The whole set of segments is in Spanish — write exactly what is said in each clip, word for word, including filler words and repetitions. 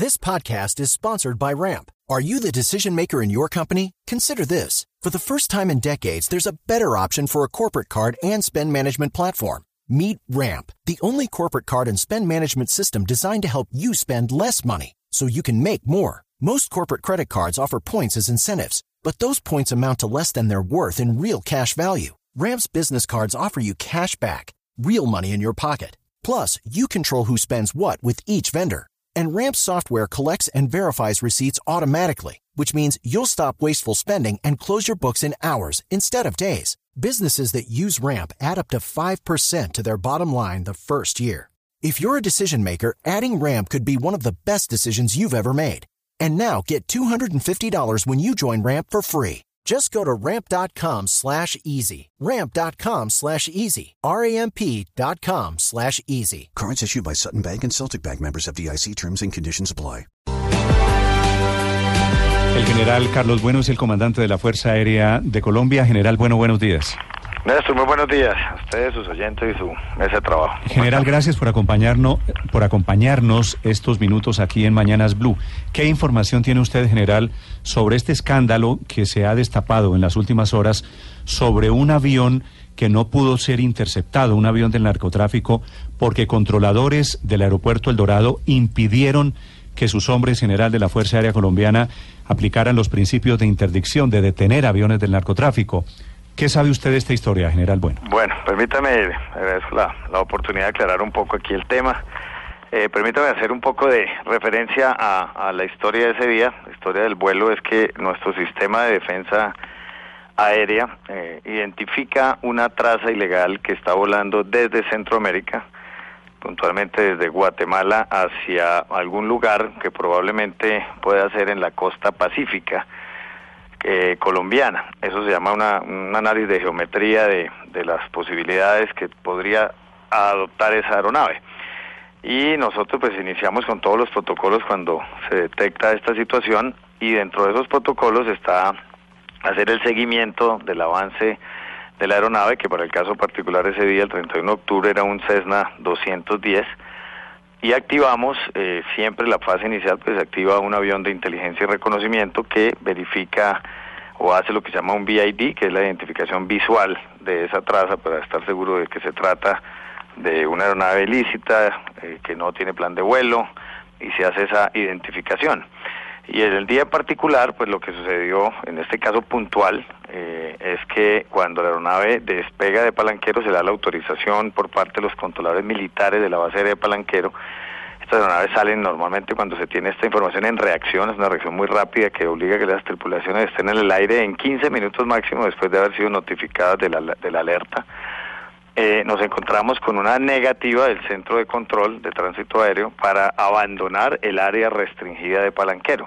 This podcast is sponsored by Ramp. Are you the decision maker in your company? Consider this. For the first time in decades, there's a better option for a corporate card and spend management platform. Meet Ramp, the only corporate card and spend management system designed to help you spend less money so you can make more. Most corporate credit cards offer points as incentives, but those points amount to less than their worth in real cash value. Ramp's business cards offer you cash back, real money in your pocket. Plus, you control who spends what with each vendor. And Ramp's software collects and verifies receipts automatically, which means you'll stop wasteful spending and close your books in hours instead of days. Businesses that use Ramp add up to five percent to their bottom line the first year. If you're a decision maker, adding Ramp could be one of the best decisions you've ever made. And now get two hundred fifty dollars when you join Ramp for free. Just go to ramp.com slash easy. Ramp.com slash easy. R-A-M-P.com slash easy. Cards issued by Sutton Bank and Celtic Bank, members F D I C. Terms and conditions apply. El general Carlos Bueno es el comandante de la Fuerza Aérea de Colombia. General Bueno, buenos días. Néstor, muy buenos días a ustedes, sus oyentes y su mesa de trabajo. General, gracias por acompañarnos, por acompañarnos estos minutos aquí en Mañanas Blue. ¿Qué información tiene usted, general, sobre este escándalo que se ha destapado en las últimas horas sobre un avión que no pudo ser interceptado, un avión del narcotráfico, porque controladores del aeropuerto El Dorado impidieron que sus hombres, general de la Fuerza Aérea Colombiana, aplicaran los principios de interdicción, de detener aviones del narcotráfico? ¿Qué sabe usted de esta historia, general Bueno? Bueno, permítame, agradezco la, la oportunidad de aclarar un poco aquí el tema. Eh, permítame hacer un poco de referencia a, a la historia de ese día. La historia del vuelo es que nuestro sistema de defensa aérea eh, identifica una traza ilegal que está volando desde Centroamérica, puntualmente desde Guatemala hacia algún lugar que probablemente pueda ser en la costa pacífica Eh, colombiana. Eso se llama una, un análisis de geometría de, de las posibilidades que podría adoptar esa aeronave. Y nosotros pues iniciamos con todos los protocolos cuando se detecta esta situación, y dentro de esos protocolos está hacer el seguimiento del avance de la aeronave, que para el caso particular ese día, el treinta y uno de octubre, era un Cessna doscientos diez, y activamos eh, siempre la fase inicial, pues se activa un avión de inteligencia y reconocimiento que verifica o hace lo que se llama un V I D, que es la identificación visual de esa traza, para estar seguro de que se trata de una aeronave ilícita, eh, que no tiene plan de vuelo, y se hace esa identificación. Y en el día particular, pues lo que sucedió, en este caso puntual, eh, es que cuando la aeronave despega de Palanquero, se da la autorización por parte de los controladores militares de la base aérea de Palanquero. Estas aeronaves salen normalmente cuando se tiene esta información en reacción, es una reacción muy rápida que obliga a que las tripulaciones estén en el aire en quince minutos máximo después de haber sido notificadas de la, de la alerta. Eh, nos encontramos con una negativa del Centro de Control de Tránsito Aéreo para abandonar el área restringida de Palanquero.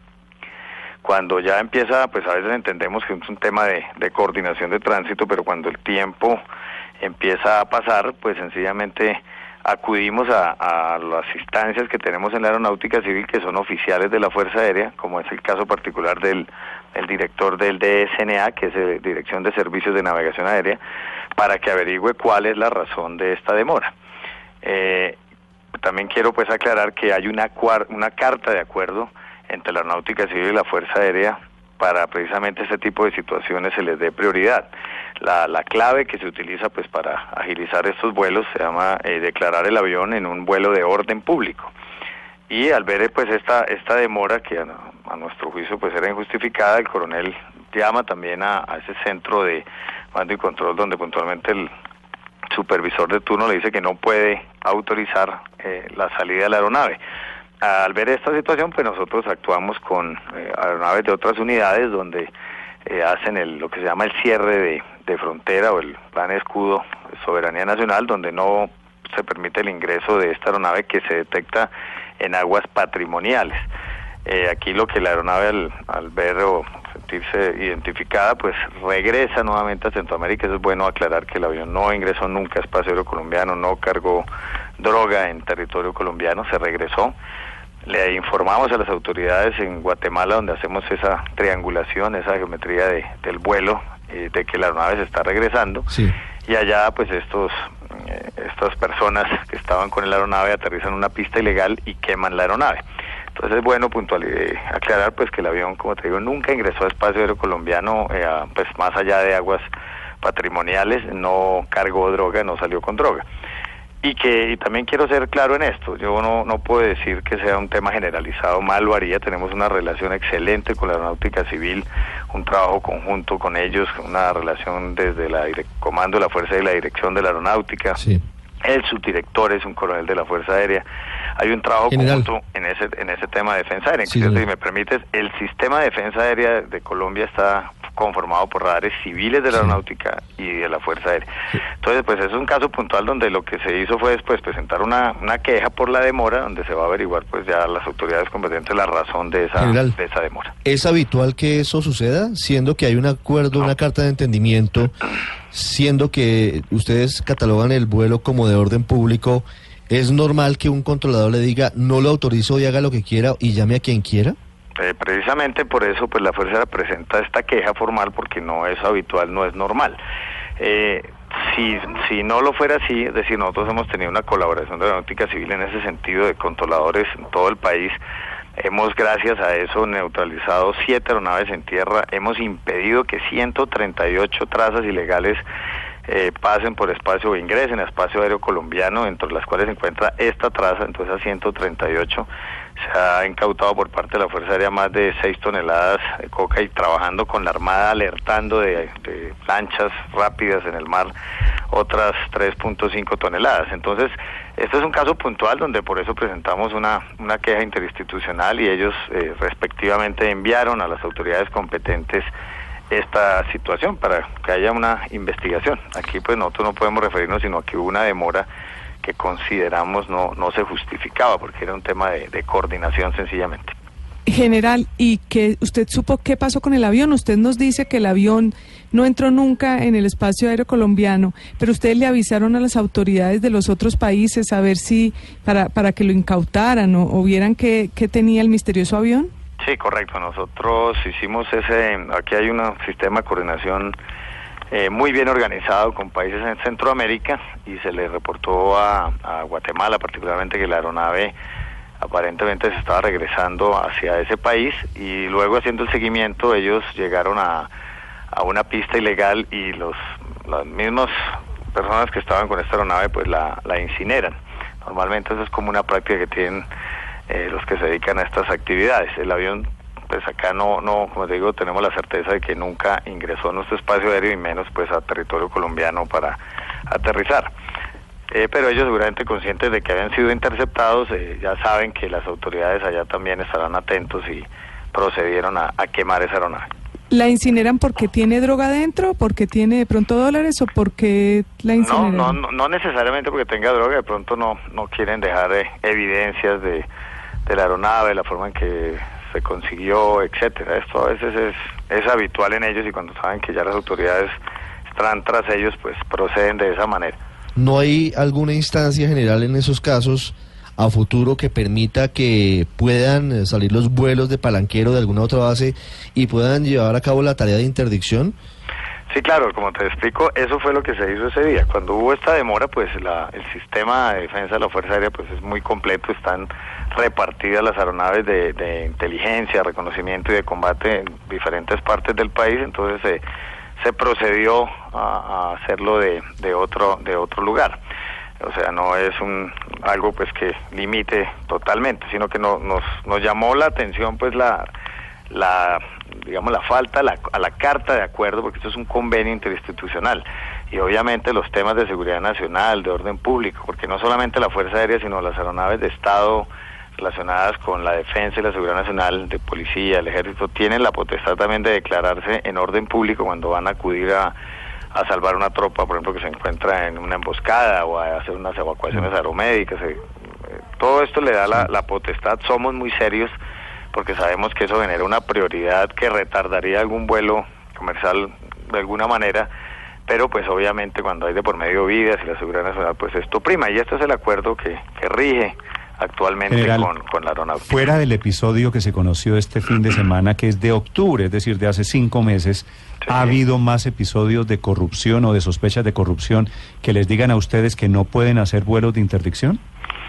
Cuando ya empieza, pues a veces entendemos que es un tema de, de coordinación de tránsito, pero cuando el tiempo empieza a pasar, pues sencillamente acudimos a, a las instancias que tenemos en la Aeronáutica Civil, que son oficiales de la Fuerza Aérea, como es el caso particular del el director del D S N A, que es la Dirección de Servicios de Navegación Aérea, para que averigüe cuál es la razón de esta demora. Eh, también quiero pues aclarar que hay una, una carta de acuerdo entre la Aeronáutica Civil y la Fuerza Aérea para precisamente este tipo de situaciones se les dé prioridad. La, la clave que se utiliza pues para agilizar estos vuelos se llama eh, declarar el avión en un vuelo de orden público. Y al ver pues esta esta demora, que a, a nuestro juicio pues era injustificada, el coronel llama también a, a ese centro de mando y control, donde puntualmente el supervisor de turno le dice que no puede autorizar eh, la salida de la aeronave. Al ver esta situación, pues nosotros actuamos con eh, aeronaves de otras unidades donde eh, hacen el, lo que se llama el cierre de, de frontera o el plan escudo de soberanía nacional, donde no se permite el ingreso de esta aeronave que se detecta en aguas patrimoniales. Eh, aquí lo que la aeronave al, al ver o sentirse identificada, pues regresa nuevamente a Centroamérica. Eso es bueno aclarar que el avión no ingresó nunca a espacio aéreo colombiano, no cargó droga en territorio colombiano, se regresó. Le informamos a las autoridades en Guatemala, donde hacemos esa triangulación, esa geometría de, del vuelo, eh, de que la aeronave se está regresando. Sí. Y allá pues estos eh, estas personas que estaban con la aeronave aterrizan en una pista ilegal y queman la aeronave. Entonces es bueno puntual, eh, aclarar pues que el avión, como te digo, nunca ingresó a espacio aéreo colombiano, eh, a, pues más allá de aguas patrimoniales, no cargó droga, no salió con droga. Y que y también quiero ser claro en esto, yo no no puedo decir que sea un tema generalizado, mal lo haría, tenemos una relación excelente con la Aeronáutica Civil, un trabajo conjunto con ellos, una relación desde la direc- comando de la Fuerza y la dirección de la Aeronáutica. Sí. El subdirector es un coronel de la Fuerza Aérea. Hay un trabajo General. conjunto en ese en ese tema de defensa aérea. Sí, Incluso, sí. si me permites, el sistema de defensa aérea de Colombia está conformado por radares civiles de la Sí. Aeronáutica y de la Fuerza Aérea. Entonces, pues es un caso puntual donde lo que se hizo fue después presentar una una queja por la demora, donde se va a averiguar pues ya las autoridades competentes la razón de esa General. de esa demora. ¿Es habitual que eso suceda, siendo que hay un acuerdo, No. una carta de entendimiento, siendo que ustedes catalogan el vuelo como de orden público? ¿Es normal que un controlador le diga no lo autorizo y haga lo que quiera y llame a quien quiera? Eh, precisamente por eso pues la Fuerza Aérea presenta esta queja formal, porque no es habitual, no es normal. Eh, si si no lo fuera así, es decir, nosotros hemos tenido una colaboración de la Aeronáutica Civil en ese sentido, de controladores en todo el país. Hemos, gracias a eso, neutralizado siete aeronaves en tierra, hemos impedido que ciento treinta y ocho trazas ilegales eh, pasen por espacio o ingresen a espacio aéreo colombiano, entre las cuales se encuentra esta traza. Entonces a ciento treinta y ocho se ha incautado por parte de la Fuerza Aérea más de seis toneladas de coca, y trabajando con la Armada, alertando de, de lanchas rápidas en el mar otras tres punto cinco toneladas. Entonces, este es un caso puntual donde por eso presentamos una, una queja interinstitucional, y ellos eh, respectivamente enviaron a las autoridades competentes esta situación para que haya una investigación. Aquí pues nosotros no podemos referirnos sino a que hubo una demora que consideramos no no se justificaba, porque era un tema de, de coordinación sencillamente. General, ¿y que usted supo qué pasó con el avión? Usted nos dice que el avión no entró nunca en el espacio aéreo colombiano, pero ustedes le avisaron a las autoridades de los otros países a ver si, para para que lo incautaran o, o vieran qué, qué tenía el misterioso avión. Sí, correcto. Nosotros hicimos ese, aquí hay un sistema de coordinación eh, muy bien organizado con países en Centroamérica, y se le reportó a, a Guatemala particularmente que la aeronave aparentemente se estaba regresando hacia ese país, y luego haciendo el seguimiento ellos llegaron a, a una pista ilegal, y los las mismas personas que estaban con esta aeronave pues la, la incineran. Normalmente eso es como una práctica que tienen eh, los que se dedican a estas actividades. El avión pues acá no, no, como te digo, tenemos la certeza de que nunca ingresó a nuestro espacio aéreo, y menos pues a territorio colombiano para aterrizar. Eh, pero ellos seguramente conscientes de que habían sido interceptados, eh, ya saben que las autoridades allá también estarán atentos, y procedieron a, a quemar esa aeronave. ¿La incineran porque tiene droga dentro, porque tiene de pronto dólares, o porque la incineran? No, no, no necesariamente porque tenga droga, de pronto no, no quieren dejar eh, evidencias de, de la aeronave, la forma en que se consiguió, etcétera. Esto a veces es, es habitual en ellos, y cuando saben que ya las autoridades están tras ellos, pues proceden de esa manera. ¿No hay alguna instancia general en esos casos a futuro que permita que puedan salir los vuelos de Palanquero de alguna otra base y puedan llevar a cabo la tarea de interdicción? Sí, claro, como te explico, eso fue lo que se hizo ese día. Cuando hubo esta demora, pues la, el sistema de defensa de la Fuerza Aérea pues es muy completo, están repartidas las aeronaves de, de inteligencia, reconocimiento y de combate en diferentes partes del país, entonces se, se procedió a, a hacerlo de, de otro de otro lugar. O sea, no es un algo pues que limite totalmente, sino que no, nos nos llamó la atención pues la la digamos la falta a la, a la carta de acuerdo, porque esto es un convenio interinstitucional, y obviamente los temas de seguridad nacional, de orden público, porque no solamente la Fuerza Aérea, sino las aeronaves de Estado relacionadas con la defensa y la seguridad nacional, de policía, el ejército, tienen la potestad también de declararse en orden público cuando van a acudir a a salvar una tropa, por ejemplo, que se encuentra en una emboscada, o a hacer unas evacuaciones aeromédicas. Eh, eh, todo esto le da la, la potestad. Somos muy serios porque sabemos que eso genera una prioridad que retardaría algún vuelo comercial de alguna manera, pero pues obviamente cuando hay de por medio vidas y la seguridad nacional, pues esto prima, y este es el acuerdo que, que rige actualmente General, con, con la aeronáutica. Fuera del episodio que se conoció este fin de semana, que es de octubre, es decir, de hace cinco meses, sí. ¿Ha habido más episodios de corrupción o de sospechas de corrupción que les digan a ustedes que no pueden hacer vuelos de interdicción?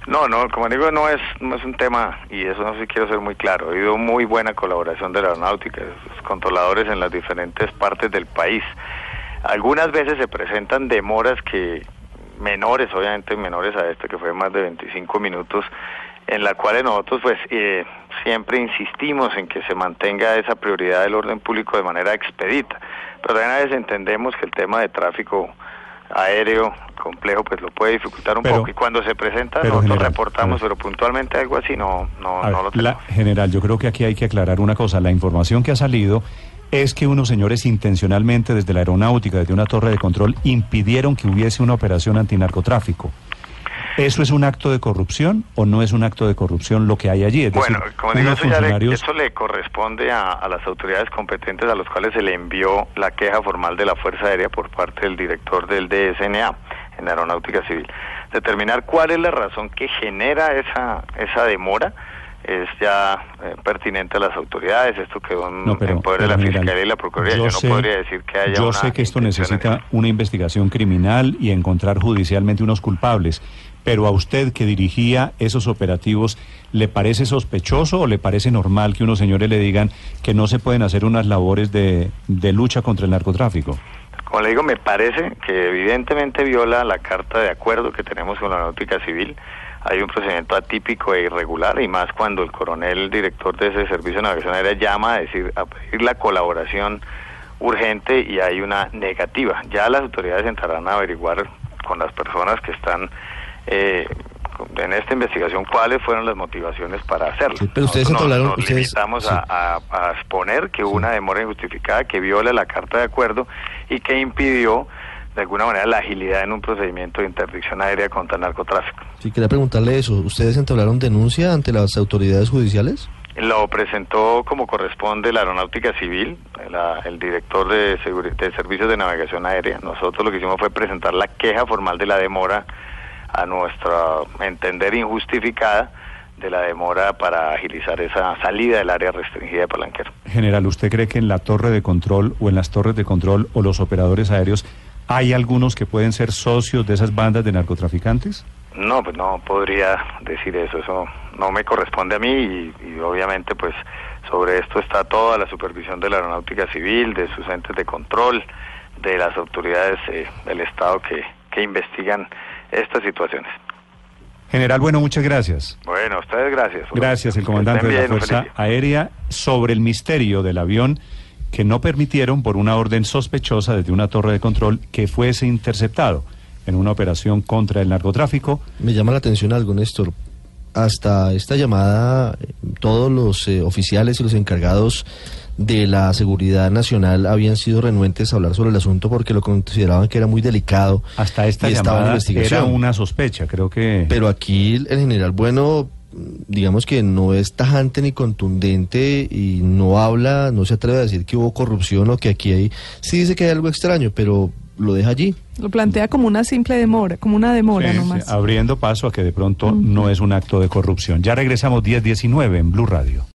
No, no, como digo, no es no es un tema, y eso no sé si quiero ser muy claro. Ha habido muy buena colaboración de la aeronáutica, de sus controladores en las diferentes partes del país. Algunas veces se presentan demoras que menores, obviamente menores a este, que fue más de veinticinco minutos, en la cual nosotros pues eh, siempre insistimos en que se mantenga esa prioridad del orden público de manera expedita, pero también a veces entendemos que el tema de tráfico aéreo complejo pues lo puede dificultar un pero, poco, y cuando se presenta pero nosotros general, reportamos, pero, pero puntualmente algo así no no, ver, no lo tenemos. La, general, yo creo que aquí hay que aclarar una cosa. La información que ha salido es que unos señores intencionalmente desde la aeronáutica, desde una torre de control, impidieron que hubiese una operación antinarcotráfico. ¿Eso es un acto de corrupción o no es un acto de corrupción lo que hay allí? Es bueno, decir, como digo, eso, ya funcionarios... le, eso le corresponde a, a las autoridades competentes a los cuales se le envió la queja formal de la Fuerza Aérea por parte del director del D S N A en la Aeronáutica Civil. Determinar cuál es la razón que genera esa esa demora es ya eh, pertinente a las autoridades. Esto quedó en, no, pero, en poder de la general, Fiscalía y la Procuraduría. Yo, yo no sé, podría decir que haya Yo una sé que esto necesita una investigación criminal y encontrar judicialmente unos culpables, pero a usted que dirigía esos operativos, ¿le parece sospechoso o le parece normal que unos señores le digan que no se pueden hacer unas labores de, de lucha contra el narcotráfico? Como le digo, me parece que evidentemente viola la carta de acuerdo que tenemos con la Aeronáutica Civil. Hay un procedimiento atípico e irregular, y más cuando el coronel director de ese servicio de navegación aérea llama a decir a pedir la colaboración urgente y hay una negativa. Ya las autoridades entrarán a averiguar con las personas que están eh, en esta investigación cuáles fueron las motivaciones para hacerlo. Sí, pero ustedes Nosotros hablaron, nos, nos ustedes, limitamos sí. a, a, a exponer que hubo sí. una demora injustificada que viola la carta de acuerdo y que impidió de alguna manera la agilidad en un procedimiento de interdicción aérea contra el narcotráfico. Sí, quería preguntarle eso. ¿Ustedes entablaron denuncia ante las autoridades judiciales? Lo presentó como corresponde la Aeronáutica Civil, la, el director de, de Servicios de Navegación Aérea. Nosotros lo que hicimos fue presentar la queja formal de la demora, a nuestro entender injustificada, de la demora para agilizar esa salida del área restringida de Palanquero. General, ¿usted cree que en la torre de control o en las torres de control o los operadores aéreos hay algunos que pueden ser socios de esas bandas de narcotraficantes? No, pues no podría decir eso, eso no me corresponde a mí y, y obviamente pues sobre esto está toda la supervisión de la Aeronáutica Civil, de sus entes de control, de las autoridades eh, del Estado que, que investigan estas situaciones. General, bueno, muchas gracias. Bueno, a ustedes gracias. Gracias, el comandante de la Fuerza Aérea, sobre el misterio del avión que no permitieron por una orden sospechosa desde una torre de control que fuese interceptado en una operación contra el narcotráfico. Me llama la atención algo, Néstor. Hasta esta llamada, todos los eh, oficiales y los encargados de la seguridad nacional habían sido renuentes a hablar sobre el asunto porque lo consideraban que era muy delicado. Hasta esta llamada era una sospecha, creo que... Pero aquí el general Bueno, digamos que no es tajante ni contundente y no habla, no se atreve a decir que hubo corrupción o que aquí hay... Sí dice que hay algo extraño, pero lo deja allí. Lo plantea como una simple demora, como una demora sí, nomás. Sí, abriendo paso a que de pronto uh-huh. no es un acto de corrupción. Ya regresamos diez diecinueve en Blue Radio.